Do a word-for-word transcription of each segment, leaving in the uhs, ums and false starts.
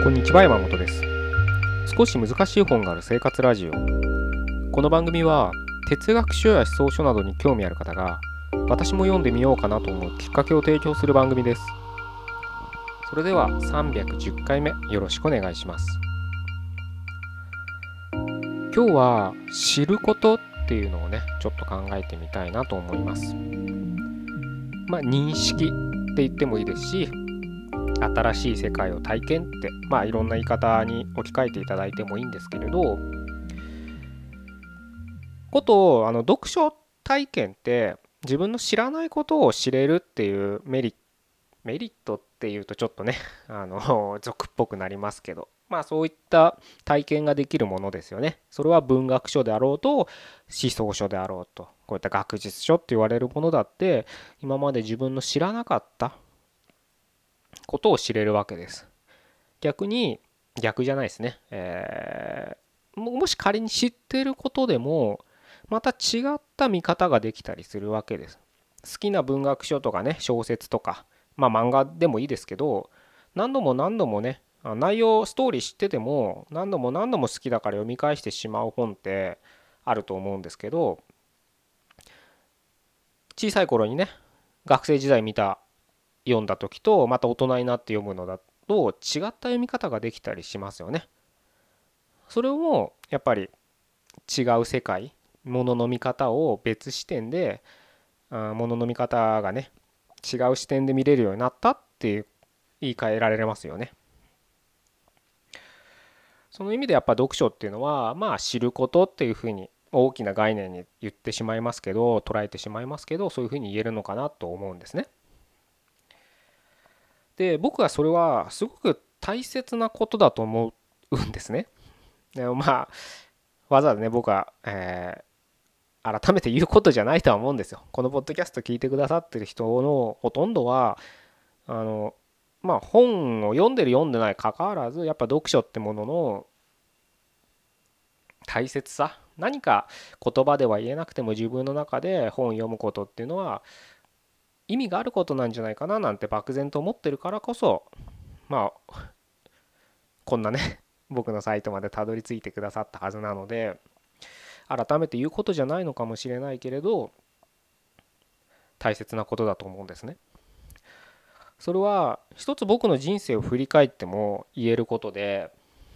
こんにちは、山本です。少し難しい本がある生活ラジオ。この番組は哲学書や思想書などに興味ある方が、私も読んでみようかなと思うきっかけを提供する番組です。それではさんびゃくじゅっかいめ、よろしくお願いします。今日は知ることっていうのをねちょっと考えてみたいなと思います。まあ認識って言ってもいいですし、新しい世界を体験って、まあいろんな言い方に置き換えていただいてもいいんですけれど、ことあの読書体験って自分の知らないことを知れるっていうメリットメリットっていうとちょっとねあの俗っぽくなりますけど、まあそういった体験ができるものですよね。それは文学書であろうと思想書であろうと、こういった学術書って言われるものだって今まで自分の知らなかったことを知れるわけです。逆に逆じゃないですね、えー、もし仮に知っていることでもまた違った見方ができたりするわけです。好きな文学書とかね、小説とか、まあ漫画でもいいですけど、何度も何度もね、内容ストーリー知ってても何度も何度も好きだから読み返してしまう本ってあると思うんですけど、小さい頃にね、学生時代見た読んだ時とまた大人になって読むのだと違った読み方ができたりしますよね。それをやっぱり違う世界、ものの見方を別視点で、ものの見方がね違う視点で見れるようになったっていう言い換えられますよね。その意味でやっぱ読書っていうのはまあ知ることっていうふうに大きな概念に言ってしまいますけど、捉えてしまいますけど、そういうふうに言えるのかなと思うんですね。で僕はそれはすごく大切なことだと思うんですね。でもまあわざわざね僕は、えー、改めて言うことじゃないとは思うんですよ。このポッドキャスト聞いてくださってる人のほとんどはあのまあ本を読んでる読んでないかかわらず、やっぱ読書ってものの大切さ、何か言葉では言えなくても自分の中で本を読むことっていうのは意味があることなんじゃないかななんて漠然と思ってるからこそ、まあこんなね僕のサイトまでたどり着いてくださったはずなので、改めて言うことじゃないのかもしれないけれど大切なことだと思うんですね。それは一つ僕の人生を振り返っても言えることで、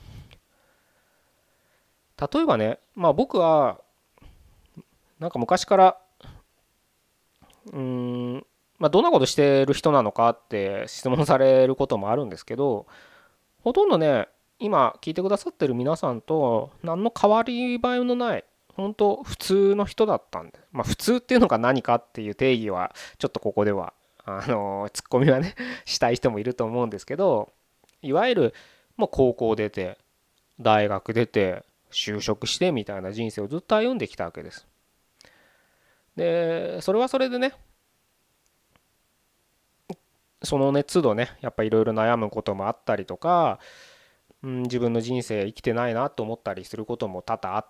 例えばね、まあ僕はなんか昔からうーんまあどんなことしてる人なのかって質問されることもあるんですけど、ほとんどね今聞いてくださってる皆さんと何の変わり映えのない本当普通の人だったんで、まあ普通っていうのが何かっていう定義はちょっとここではあのツッコミはねしたい人もいると思うんですけど、いわゆるもう高校出て大学出て就職してみたいな人生をずっと歩んできたわけです。でそれはそれでね、そのね都度ねやっぱいろいろ悩むこともあったりとか、うん、自分の人生生きてないなと思ったりすることも多々あって、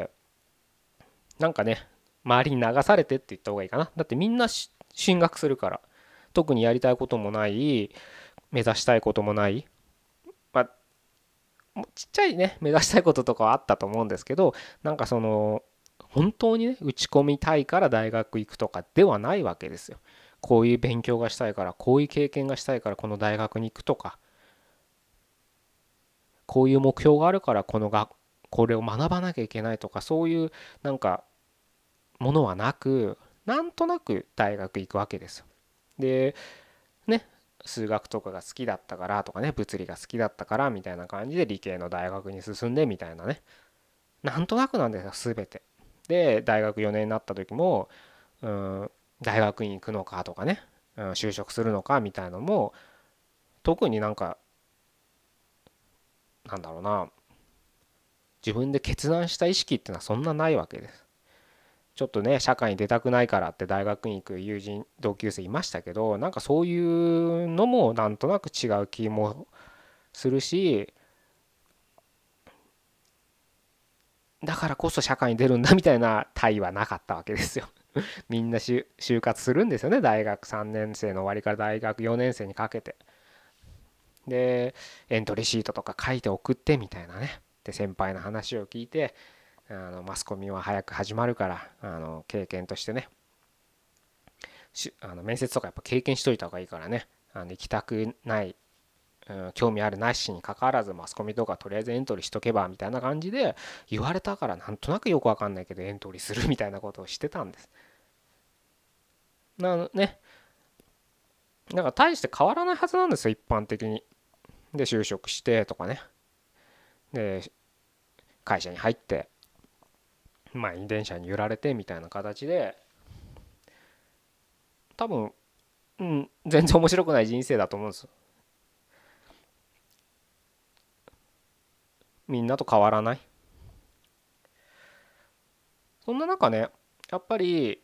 なんかね周りに流されてって言った方がいいかな。だってみんな進学するから、特にやりたいこともない、目指したいこともない、まあちっちゃいね目指したいこととかはあったと思うんですけど、なんかその本当にね打ち込みたいから大学行くとかではないわけですよ。こういう勉強がしたいから、こういう経験がしたいからこの大学に行くとか、こういう目標があるからこのがこれを学ばなきゃいけないとか、そういうなんかものはなく、なんとなく大学行くわけですよ。でね、数学とかが好きだったからとかね、物理が好きだったからみたいな感じで理系の大学に進んでみたいなね、なんとなくなんですよ全て。で大学よねんになった時も、うん、大学院行くのかとかね、うん、就職するのかみたいなのも特になんかなんだろうな、自分で決断した意識っていうのはそんなないわけです。ちょっとね社会に出たくないからって大学に行く友人同級生いましたけど、なんかそういうのもなんとなく違う気もするし、だからこそ社会に出るんだみたいな対はなかったわけですよ。みんな就活するんですよね、大学さんねん生の終わりから大学よねん生にかけて。 でエントリーシートとか書いて送ってみたいなね。で先輩の話を聞いて、あのマスコミは早く始まるから、あの経験としてね、しあの面接とかやっぱ経験しといた方がいいからね、あの行きたくない、うん、興味あるなしにかかわらずマスコミとかとりあえずエントリーしとけばみたいな感じで言われたから、なんとなくよくわかんないけどエントリーするみたいなことをしてたんです。なのね、だから大して変わらないはずなんですよ、一般的に。で就職してとかね、で会社に入って満員電車に揺られてみたいな形で、多分、うん、全然面白くない人生だと思うんです。みんなと変わらない。そんな中ね、やっぱり、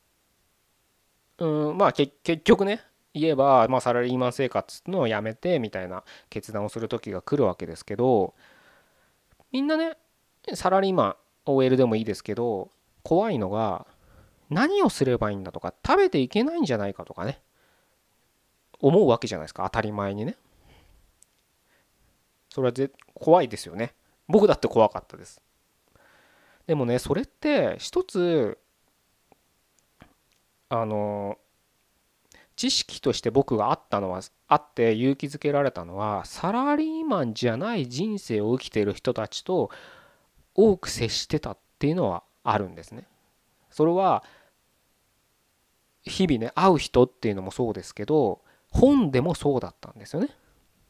うん、まあけ結局ね、言えば、まあ、サラリーマン生活のをやめてみたいな決断をする時が来るわけですけど、みんなね、サラリーマン オーエル でもいいですけど、怖いのが何をすればいいんだとか、食べていけないんじゃないかとかね、思うわけじゃないですか、当たり前にね。それはぜ怖いですよね。僕だって怖かったです。でもね、それって一つ、あの知識として僕があったのはあって勇気づけられたのは、サラリーマンじゃない人生を生きている人たちと多く接してたっていうのはあるんですね。それは日々ね、会う人っていうのもそうですけど、本でもそうだったんですよね。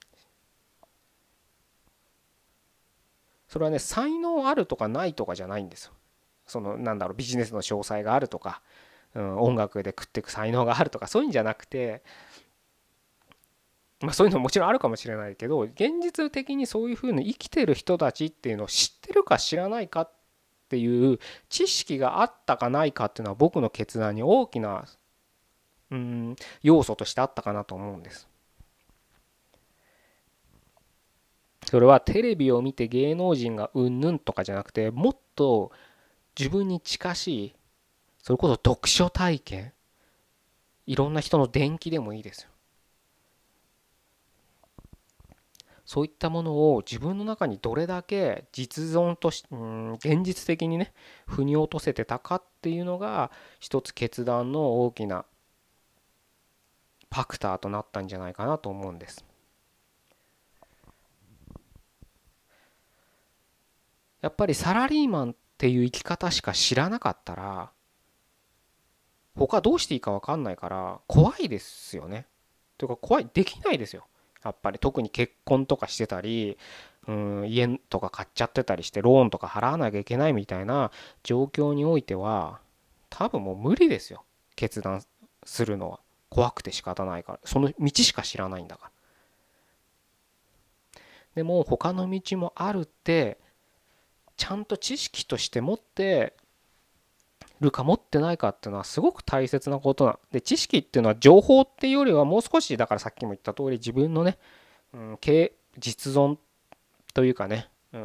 それはね、才能あるとかないとかじゃないんですよ。そのなんだろう、ビジネスの詳細があるとか、うん、音楽で食っていく才能があるとかそういうんじゃなくて、まあ、そういうのももちろんあるかもしれないけど、現実的にそういうふうに生きてる人たちっていうのを知ってるか知らないかっていう知識があったかないかっていうのは僕の決断に大きな、うん、要素としてあったかなと思うんです。それはテレビを見て芸能人がうんぬんとかじゃなくて、もっと自分に近しい、それこそ読書体験、いろんな人の伝記でもいいですよ。そういったものを自分の中にどれだけ実存とし、うん、現実的にね、腑に落とせてたかっていうのが一つ決断の大きなファクターとなったんじゃないかなと思うんです。やっぱりサラリーマンっていう生き方しか知らなかったら、他どうしていいか分かんないから怖いですよね。というか怖い、できないですよ。やっぱり特に結婚とかしてたり、うん、家とか買っちゃってたりしてローンとか払わなきゃいけないみたいな状況においては多分もう無理ですよ。決断するのは。怖くて仕方ないから。その道しか知らないんだから。でも他の道もあるって、ちゃんと知識として持ってるか持ってないかっていうのはすごく大切なことなで、知識っていうのは情報っていうよりはもう少し、だからさっきも言った通り自分のね、うん、実存というかね、うん、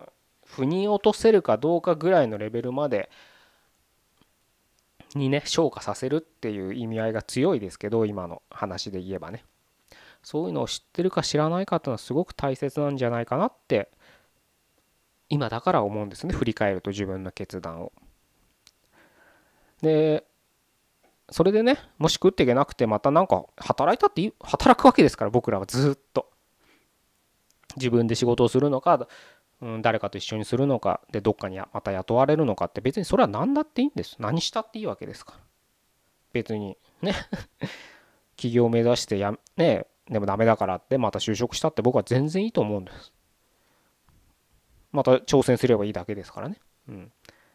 腑に落とせるかどうかぐらいのレベルまでにね昇華させるっていう意味合いが強いですけど、今の話で言えばね、そういうのを知ってるか知らないかっていうのはすごく大切なんじゃないかなって今だから思うんですね、振り返ると自分の決断を。でそれでね、もし食っていけなくてまたなんか働いたっていい、働くわけですから、僕らはずっと自分で仕事をするのか、うん、誰かと一緒にするのかで、どっかにまた雇われるのかって、別にそれは何だっていいんです。何したっていいわけですから。別にね、起業を目指してやね、でもダメだからってまた就職したって僕は全然いいと思うんです。また挑戦すればいいだけですからね。うん。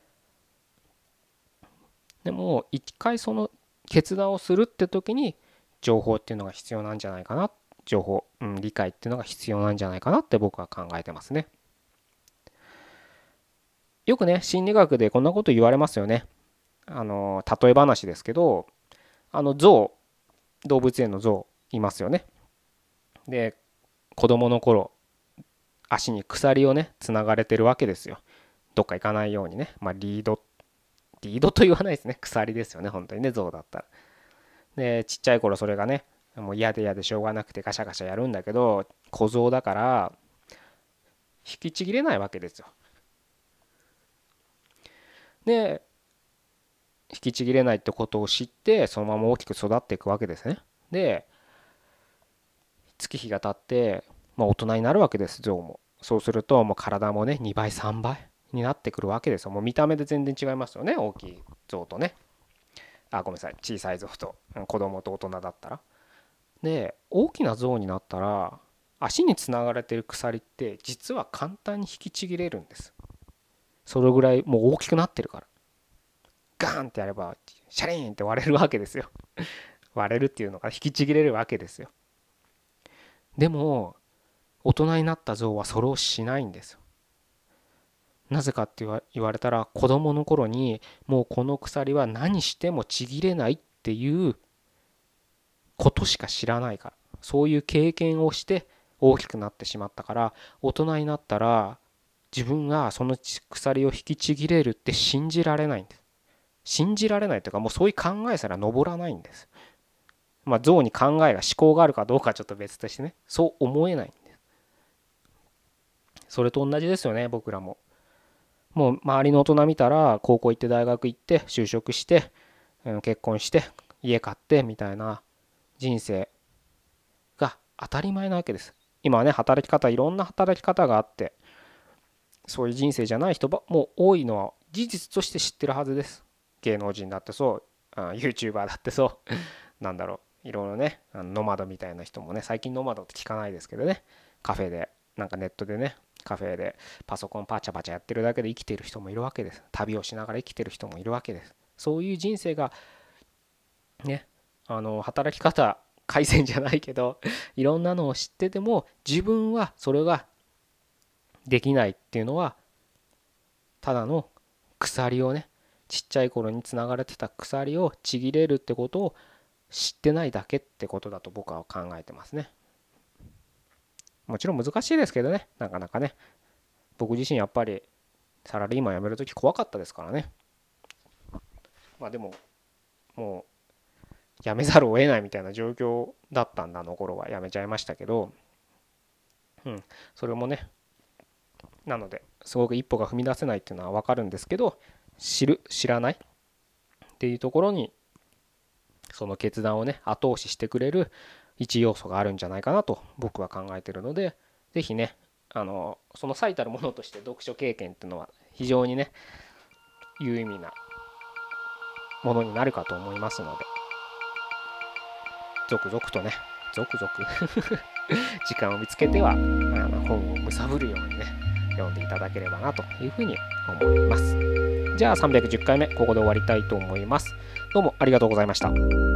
でも一回その決断をするって時に情報っていうのが必要なんじゃないかな。情報、うん、理解っていうのが必要なんじゃないかなって僕は考えてますね。よくね、心理学でこんなこと言われますよね。あの例え話ですけど、あの象、動物園の象いますよね。で子供の頃足に鎖をねつながれてるわけですよ。どっか行かないようにね、まあリードリードと言わないですね、鎖ですよね、本当にね、象だったら。でちっちゃい頃それがね、 もう嫌で嫌でしょうがなくてガシャガシャやるんだけど、小僧だから引きちぎれないわけですよ。で引きちぎれないってことを知って、そのまま大きく育っていくわけですね。で月日が経って、まあ、大人になるわけです、象も。そうするともう体もねにばいさんばいになってくるわけですよ。もう見た目で全然違いますよね、大きい象とね、あごめんなさい、小さい象と子供と大人だったら。で大きな象になったら足につながれてる鎖って実は簡単に引きちぎれるんです。それぐらいもう大きくなってるから。ガーンってやればシャリーンって割れるわけですよ。割れるっていうのが引きちぎれるわけですよ。でも大人になった象はそれをしないんですよ。なぜかって言われたら、子供の頃にもうこの鎖は何してもちぎれないっていうことしか知らないから、そういう経験をして大きくなってしまったから、大人になったら自分がその鎖を引きちぎれるって信じられないんです。信じられないというか、もうそういう考えすら上らないんです。まあ象に考えが思考があるかどうかはちょっと別としてね、そう思えないんです。それと同じですよね、僕らも。もう周りの大人見たら、高校行って大学行って就職して結婚して家買ってみたいな人生が当たり前なわけです。今はね、働き方、いろんな働き方があって、そういう人生じゃない人も多いのは事実として知ってるはずです。芸能人だってそう、YouTuber だってそうなんだろう、いろいろね、ノマドみたいな人もね、最近ノマドって聞かないですけどね、カフェでなんかネットでね、カフェでパソコンパチャパチャやってるだけで生きてる人もいるわけです。旅をしながら生きてる人もいるわけです。そういう人生がね、あの働き方改善じゃないけどいろんなのを知ってても自分はそれができないっていうのは、ただの鎖をね、ちっちゃい頃につながれてた鎖をちぎれるってことを知ってないだけってことだと僕は考えてますね。もちろん難しいですけどね、なかなかね。僕自身やっぱりサラリーマン辞めるとき怖かったですからね。まあでももう辞めざるを得ないみたいな状況だったんだ、あの頃は。辞めちゃいましたけど、うん、それもね、なのですごく一歩が踏み出せないっていうのは分かるんですけど、知る知らないっていうところにその決断をね後押ししてくれる一要素があるんじゃないかなと僕は考えているので、ぜひね、あのその最たるものとして読書経験っていうのは非常にね有意味なものになるかと思いますので、続々とね続々時間を見つけてはあの本を貪るようにね読んでいただければなというふうに思います。じゃあさんびゃくじゅっかいめここで終わりたいと思います。どうもありがとうございました。